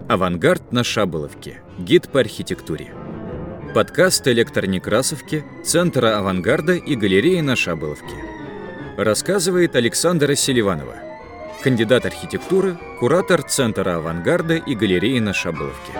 Авангард на Шаболовке. Гид по архитектуре. Подкаст о лекторне-Красовке, Центра авангарда и галереи на Шаболовке. Рассказывает Александра Селиванова, кандидат архитектуры, куратор Центра авангарда и галереи на Шаболовке.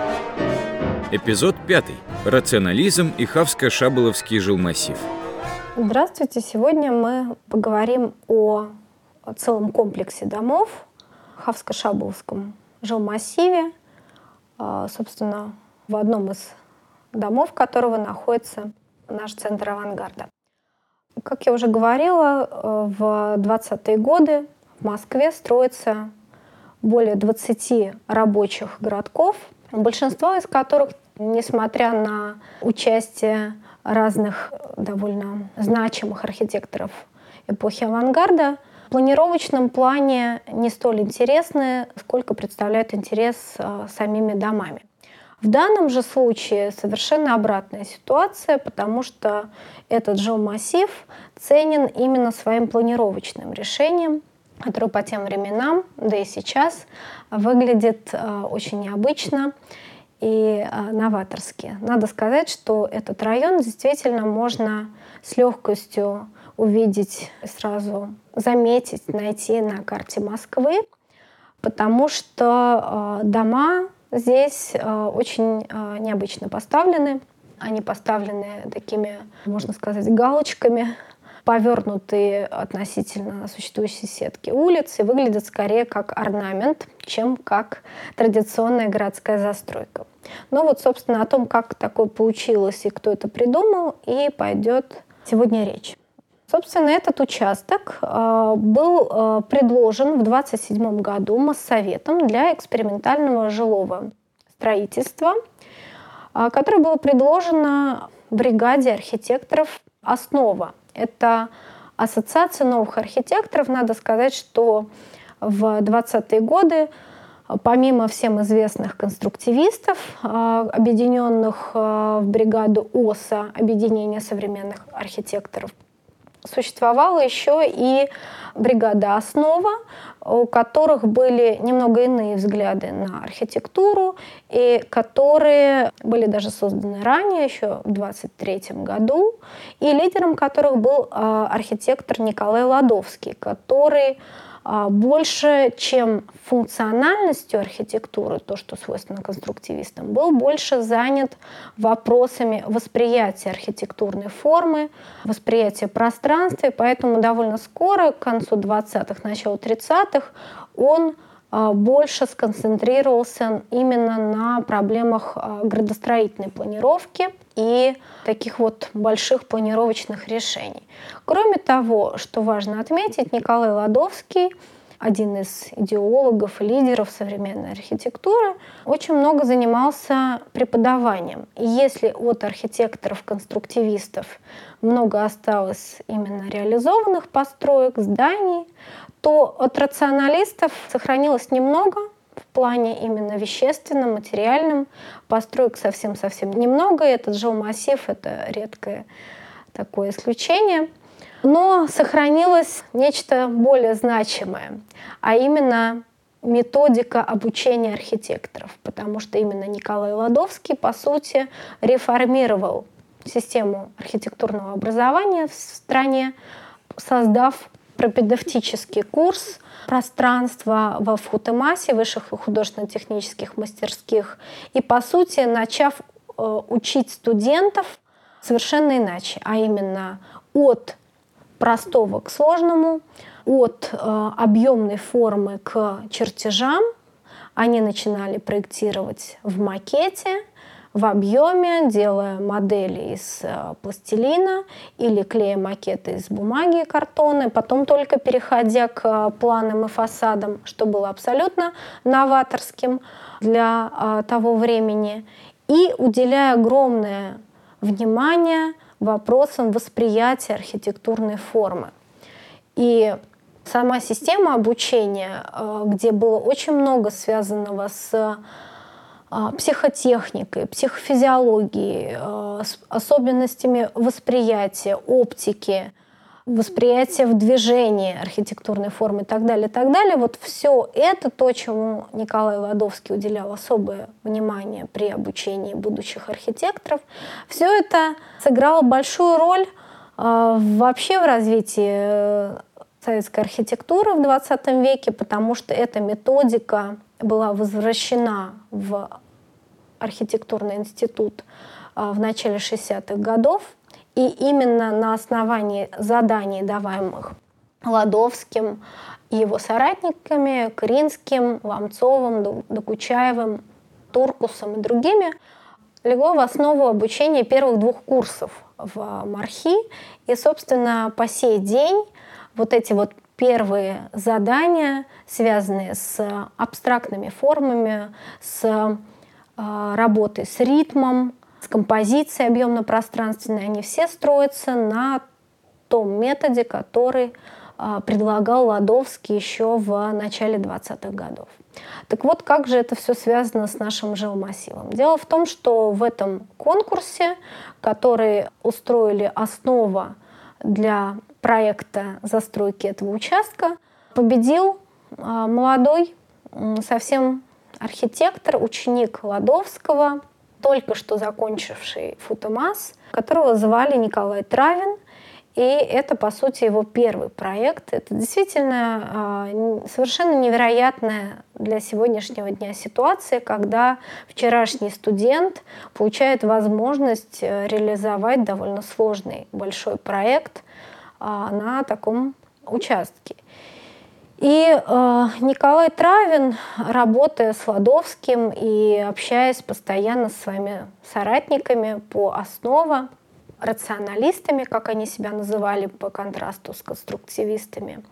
Эпизод 5. Рационализм и Хавско-Шаболовский жилмассив. Здравствуйте! Сегодня мы поговорим о целом комплексе домов, Хавско-Шаболовском жилмассиве, собственно, в одном из домов которого находится наш Центр авангарда. Как я уже говорила, в 20-е годы в Москве строится более 20 рабочих городков, большинство из которых, несмотря на участие разных довольно значимых архитекторов эпохи авангарда, в планировочном плане не столь интересны, сколько представляют интерес самими домами. В данном же случае совершенно обратная ситуация, потому что этот жилмассив ценен именно своим планировочным решением, которое по тем временам, да и сейчас, выглядит очень необычно и новаторски. Надо сказать, что этот район действительно можно с легкостью увидеть, сразу заметить, найти на карте Москвы, потому что дома здесь очень необычно поставлены. Они поставлены такими, можно сказать, галочками, повернутые относительно существующей сетки улиц, и выглядят скорее как орнамент, чем как традиционная городская застройка. Но вот, собственно, о том, как такое получилось и кто это придумал, и пойдет сегодня речь. Собственно, этот участок был предложен в 1927 году Моссоветом для экспериментального жилого строительства, которое было предложено бригаде архитекторов «Основа». Это ассоциация новых архитекторов. Надо сказать, что в 20-е годы, помимо всем известных конструктивистов, объединенных в бригаду ОСА, Объединение современных архитекторов, существовала еще и бригада «Основа», у которых были немного иные взгляды на архитектуру, и которые были даже созданы ранее, еще в 1923 году, и лидером которых был архитектор Николай Ладовский, который больше, чем функциональностью архитектуры, то, что свойственно конструктивистам, был больше занят вопросами восприятия архитектурной формы, восприятия пространства, и поэтому довольно скоро, к концу 20-х, началу 30-х, он больше сконцентрировался именно на проблемах градостроительной планировки и таких вот больших планировочных решений. Кроме того, что важно отметить, Николай Ладовский, один из идеологов и лидеров современной архитектуры, очень много занимался преподаванием. И если от архитекторов-конструктивистов много осталось именно реализованных построек, зданий, то от рационалистов сохранилось немного в плане именно вещественном, материальном. Построек совсем-совсем немного. И этот жилмассив — это редкое такое исключение. Но сохранилось нечто более значимое, а именно методика обучения архитекторов, потому что именно Николай Ладовский, по сути, реформировал систему архитектурного образования в стране, создав пропедевтический курс пространства во ФХУТЭМАСе, высших художественно-технических мастерских, и, по сути, начав учить студентов совершенно иначе, а именно от простого к сложному, от объемной формы к чертежам. Они начинали проектировать в макете, в объеме, делая модели из пластилина или клея макеты из бумаги и картона, потом только переходя к планам и фасадам, что было абсолютно новаторским для того времени, и уделяя огромное внимание вопросам восприятия архитектурной формы. И сама система обучения, где было очень много связанного с психотехникой, психофизиологией, с особенностями восприятия, оптики, восприятие в движении архитектурной формы и так далее, и так далее. Вот все это то, чему Николай Ладовский уделял особое внимание при обучении будущих архитекторов. Все это сыграло большую роль вообще в развитии советской архитектуры в XX веке, потому что эта методика была возвращена в архитектурный институт в начале 60-х годов. И именно на основании заданий, даваемых Ладовским и его соратниками, Кринским, Ломцовым, Докучаевым, Туркусом и другими, легло в основу обучения первых 2 курсов в МАРХИ. И, собственно, по сей день вот эти вот первые задания, связанные с абстрактными формами, с работой с ритмом, с композицией объемно-пространственной, они все строятся на том методе, который предлагал Ладовский еще в начале 20-х годов. Так вот, как же это все связано с нашим жилмассивом? Дело в том, что в этом конкурсе, который устроили «Основа» для проекта застройки этого участка, победил молодой совсем архитектор, ученик Ладовского, только что закончивший ФУТМАС, которого звали Николай Травин. И это, по сути, его первый проект. Это действительно совершенно невероятная для сегодняшнего дня ситуация, когда вчерашний студент получает возможность реализовать довольно сложный большой проект на таком участке. И Николай Травин, работая с Ладовским и общаясь постоянно со своими соратниками по «Основа», рационалистами, как они себя называли, по контрасту с конструктивистами,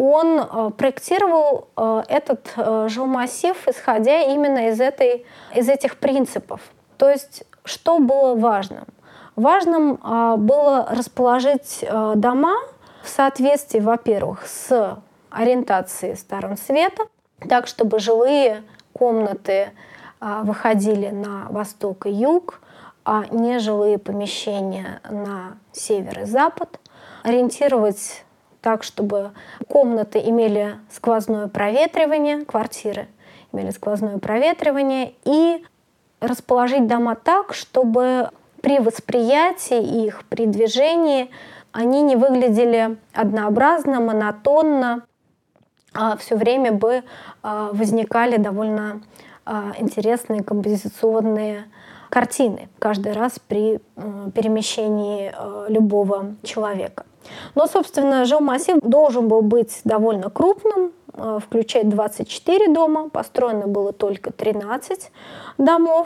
он проектировал этот жилмассив, исходя именно из этих принципов. То есть, что было важным? Важным было расположить дома в соответствии, во-первых, с ориентацией сторон света, так, чтобы жилые комнаты выходили на восток и юг, а нежилые помещения на север и запад. Ориентировать так, чтобы комнаты имели сквозное проветривание, квартиры имели сквозное проветривание, и расположить дома так, чтобы при восприятии их, при движении они не выглядели однообразно, монотонно, а все время бы возникали довольно интересные композиционные картины каждый раз при перемещении любого человека. Но, собственно, жилмассив должен был быть довольно крупным, включать 24 дома. Построено было только 13 домов.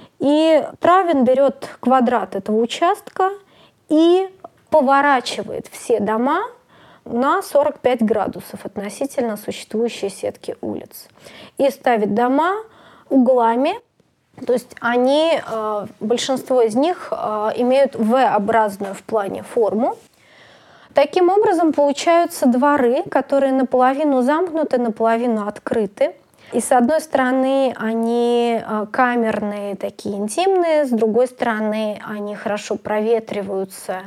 И Травин берет квадрат этого участка и поворачивает все дома на 45 градусов относительно существующей сетки улиц. И ставит дома углами. То есть они, большинство из них имеют V-образную в плане форму. Таким образом получаются дворы, которые наполовину замкнуты, наполовину открыты. И с одной стороны они камерные, такие интимные, с другой стороны они хорошо проветриваются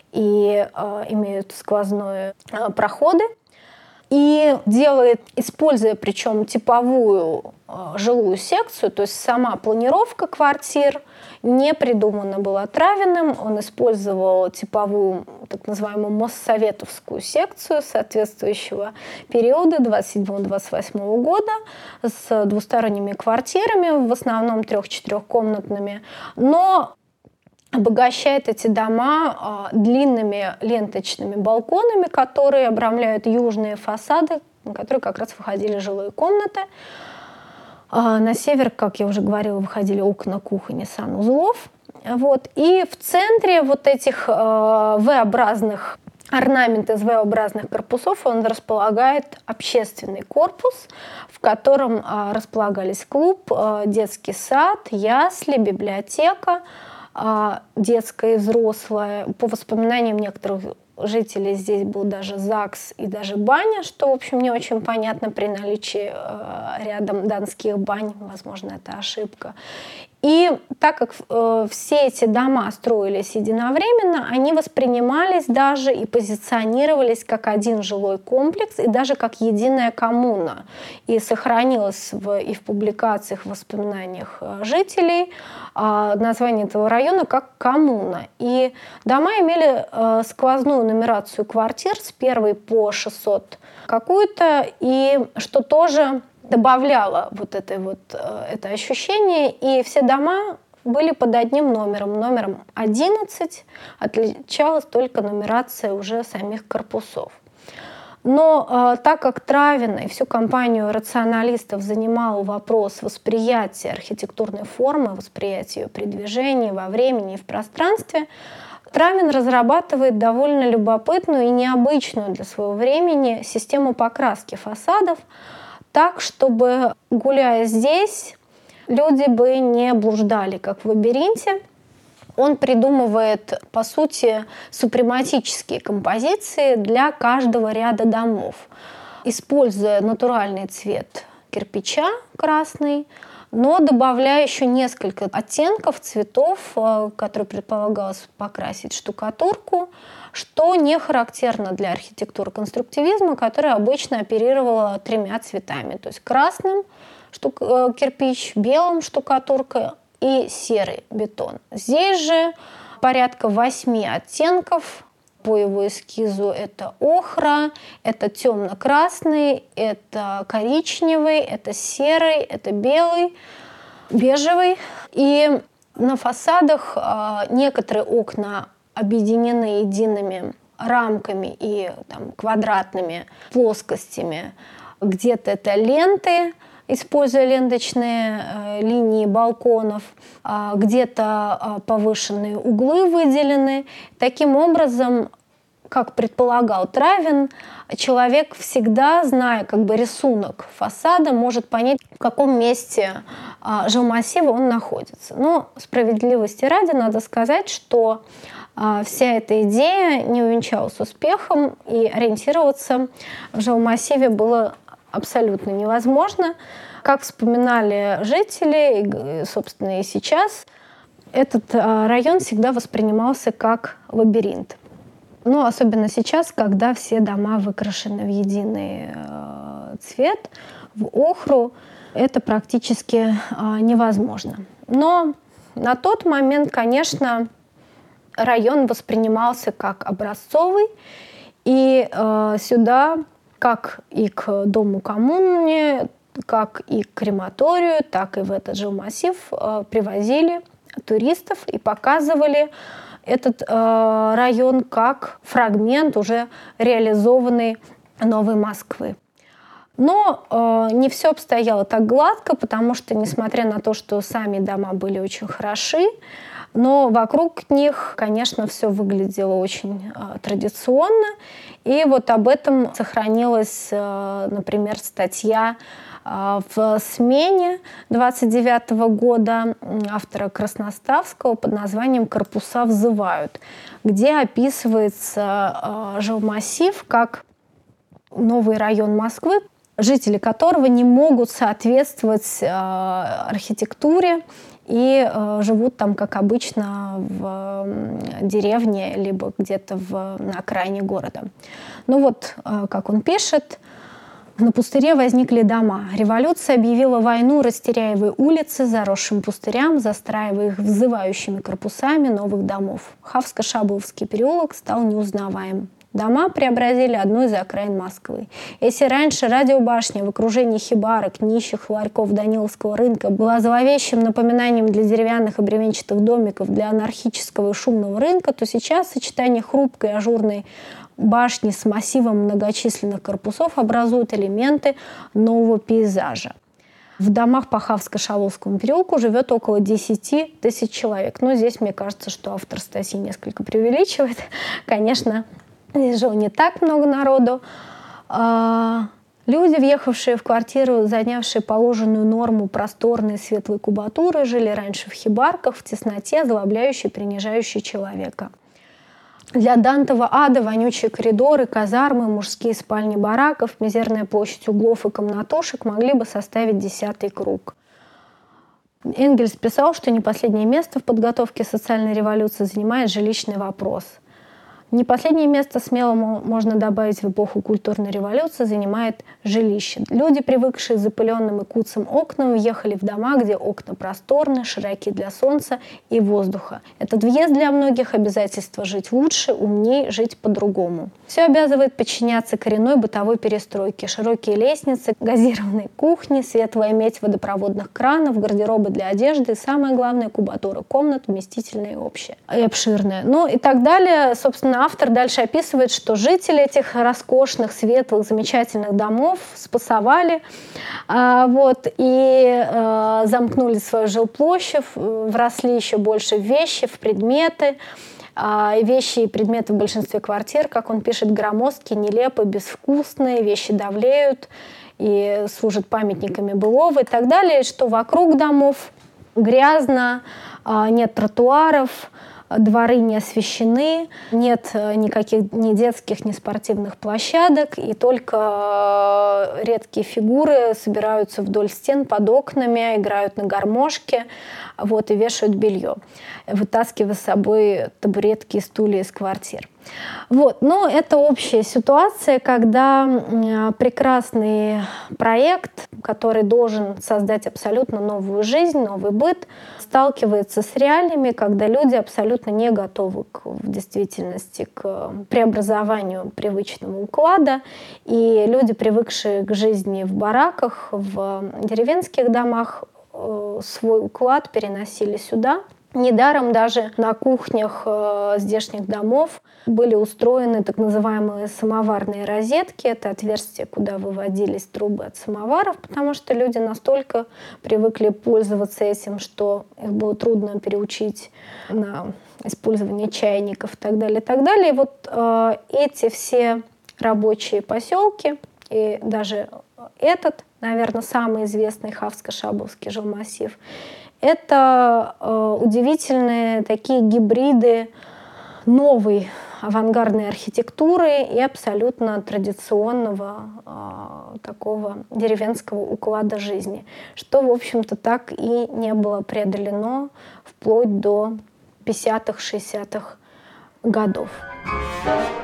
и имеют сквозные проходы. И делает, используя причем типовую жилую секцию, то есть сама планировка квартир не придумана была Травиным. Он использовал типовую, так называемую моссоветовскую секцию соответствующего периода 27-28 года с двусторонними квартирами, в основном 3-4-комнатными, но обогащает эти дома длинными ленточными балконами, которые обрамляют южные фасады, на которые как раз выходили жилые комнаты. На север, как я уже говорила, выходили окна кухонь и санузлов. Вот. И в центре вот этих V-образных орнамент из V-образных корпусов он располагает общественный корпус, в котором располагались клуб, детский сад, ясли, библиотека, детская и взрослая. По воспоминаниям некоторых жителей здесь был даже ЗАГС и даже баня, что, в общем, не очень понятно при наличии рядом донских бань. Возможно, это ошибка. И так как все эти дома строились единовременно, они воспринимались даже и позиционировались как один жилой комплекс и даже как единая коммуна. И сохранилось и в публикациях, в воспоминаниях жителей название этого района как коммуна. И дома имели сквозную нумерацию квартир с 1 по 600 какую-то, и что тоже добавляло это ощущение, и все дома были под одним номером 11, отличалась только нумерация уже самих корпусов. Но так как Травина и всю компанию рационалистов занимал вопрос восприятия архитектурной формы, восприятия ее при движении, во времени и в пространстве, Травин разрабатывает довольно любопытную и необычную для своего времени систему покраски фасадов, так, чтобы, гуляя здесь, люди бы не блуждали, как в лабиринте. Он придумывает, по сути, супрематические композиции для каждого ряда домов, используя натуральный цвет кирпича красный, но добавляя еще несколько оттенков цветов, которые предполагалось покрасить штукатурку, что не характерно для архитектуры конструктивизма, которая обычно оперировала 3 цветами, то есть красным кирпич, белым штукатурка и серый бетон. Здесь же порядка 8 оттенков. По его эскизу это охра, это темно-красный, это коричневый, это серый, это белый, бежевый. И на фасадах некоторые окна объединены едиными рамками и квадратными плоскостями. Где-то это ленты, используя ленточные линии балконов, где-то повышенные углы выделены. Таким образом, как предполагал Травин, человек всегда, зная рисунок фасада, может понять, в каком месте жилмассива он находится. Но справедливости ради надо сказать, что вся эта идея не увенчалась успехом, и ориентироваться в жилмассиве было абсолютно невозможно. Как вспоминали жители, и, собственно, и сейчас, этот район всегда воспринимался как лабиринт. Но особенно сейчас, когда все дома выкрашены в единый цвет, в охру, это практически невозможно. Но на тот момент, конечно, район воспринимался как образцовый, и сюда, как и к дому коммуне, как и к крематорию, так и в этот жилмассив привозили туристов и показывали этот район как фрагмент уже реализованной новой Москвы. Но не все обстояло так гладко, потому что, несмотря на то, что сами дома были очень хороши, но вокруг них, конечно, все выглядело очень традиционно. И вот об этом сохранилась, например, статья в «Смене» 29 года автора Красноставского под названием «Корпуса взывают», где описывается жилмассив как новый район Москвы, жители которого не могут соответствовать архитектуре и живут там, как обычно, в деревне либо где-то на окраине города. Ну вот, как он пишет: на пустыре возникли дома. Революция объявила войну Растеряевой улице, заросшим пустырям, застраивая их взывающими корпусами новых домов. Хавско-Шабовский переулок стал неузнаваем. Дома преобразили одну из окраин Москвы. Если раньше радиобашня в окружении хибарок, нищих ларьков Даниловского рынка была зловещим напоминанием для деревянных и бревенчатых домиков, для анархического и шумного рынка, то сейчас сочетание хрупкой ажурной башни с массивом многочисленных корпусов образуют элементы нового пейзажа. В домах по Хавско-Шавловскому переулку живет около 10 тысяч человек. Но здесь, мне кажется, что автор статьи несколько преувеличивает. Конечно, здесь жило не так много народу. Люди, въехавшие в квартиру, занявшие положенную норму просторной светлой кубатуры, жили раньше в хибарках, в тесноте, озлобляющей, принижающей человека. Для Дантова ада вонючие коридоры, казармы, мужские спальни бараков, мизерная площадь углов и комнатушек могли бы составить 10-й круг. Энгельс писал, что не последнее место в подготовке социальной революции занимает жилищный вопрос. Не последнее место, смело можно добавить, в эпоху культурной революции занимает жилище. Люди, привыкшие к запыленным и куцым окнам, въехали в дома, где окна просторны, широки для солнца и воздуха. Этот въезд для многих — обязательство жить лучше, умнее, жить по-другому. Все обязывает подчиняться коренной бытовой перестройке. Широкие лестницы, газированные кухни, светлая медь водопроводных кранов, гардеробы для одежды и, самое главное, кубатура комнат, вместительная и общая, и обширная. Ну и так далее. Собственно, автор дальше описывает, что жители этих роскошных, светлых, замечательных домов спасовали и замкнули свою жилплощадь, вросли еще больше в вещи, в предметы. Вещи и предметы в большинстве квартир, как он пишет, громоздкие, нелепые, безвкусные, вещи давлеют и служат памятниками былого и так далее, что вокруг домов грязно, нет тротуаров, дворы не освещены, нет никаких ни детских, ни спортивных площадок, и только редкие фигуры собираются вдоль стен под окнами, играют на гармошке, и вешают белье, вытаскивая с собой табуретки и стулья из квартир. Но это общая ситуация, когда прекрасный проект, который должен создать абсолютно новую жизнь, новый быт, сталкивается с реалиями, когда люди абсолютно не готовы в действительности к преобразованию привычного уклада, и люди, привыкшие к жизни в бараках, в деревенских домах, свой уклад переносили сюда. Недаром даже на кухнях здешних домов были устроены так называемые самоварные розетки. Это отверстия, куда выводились трубы от самоваров, потому что люди настолько привыкли пользоваться этим, что их было трудно переучить на использование чайников и так далее, и так далее. И эти все рабочие поселки, и даже этот, наверное, самый известный Хавско-Шабовский жилмассив, это удивительные такие гибриды новой авангардной архитектуры и абсолютно традиционного такого деревенского уклада жизни, что, в общем-то, так и не было преодолено вплоть до 50-х, 60-х годов.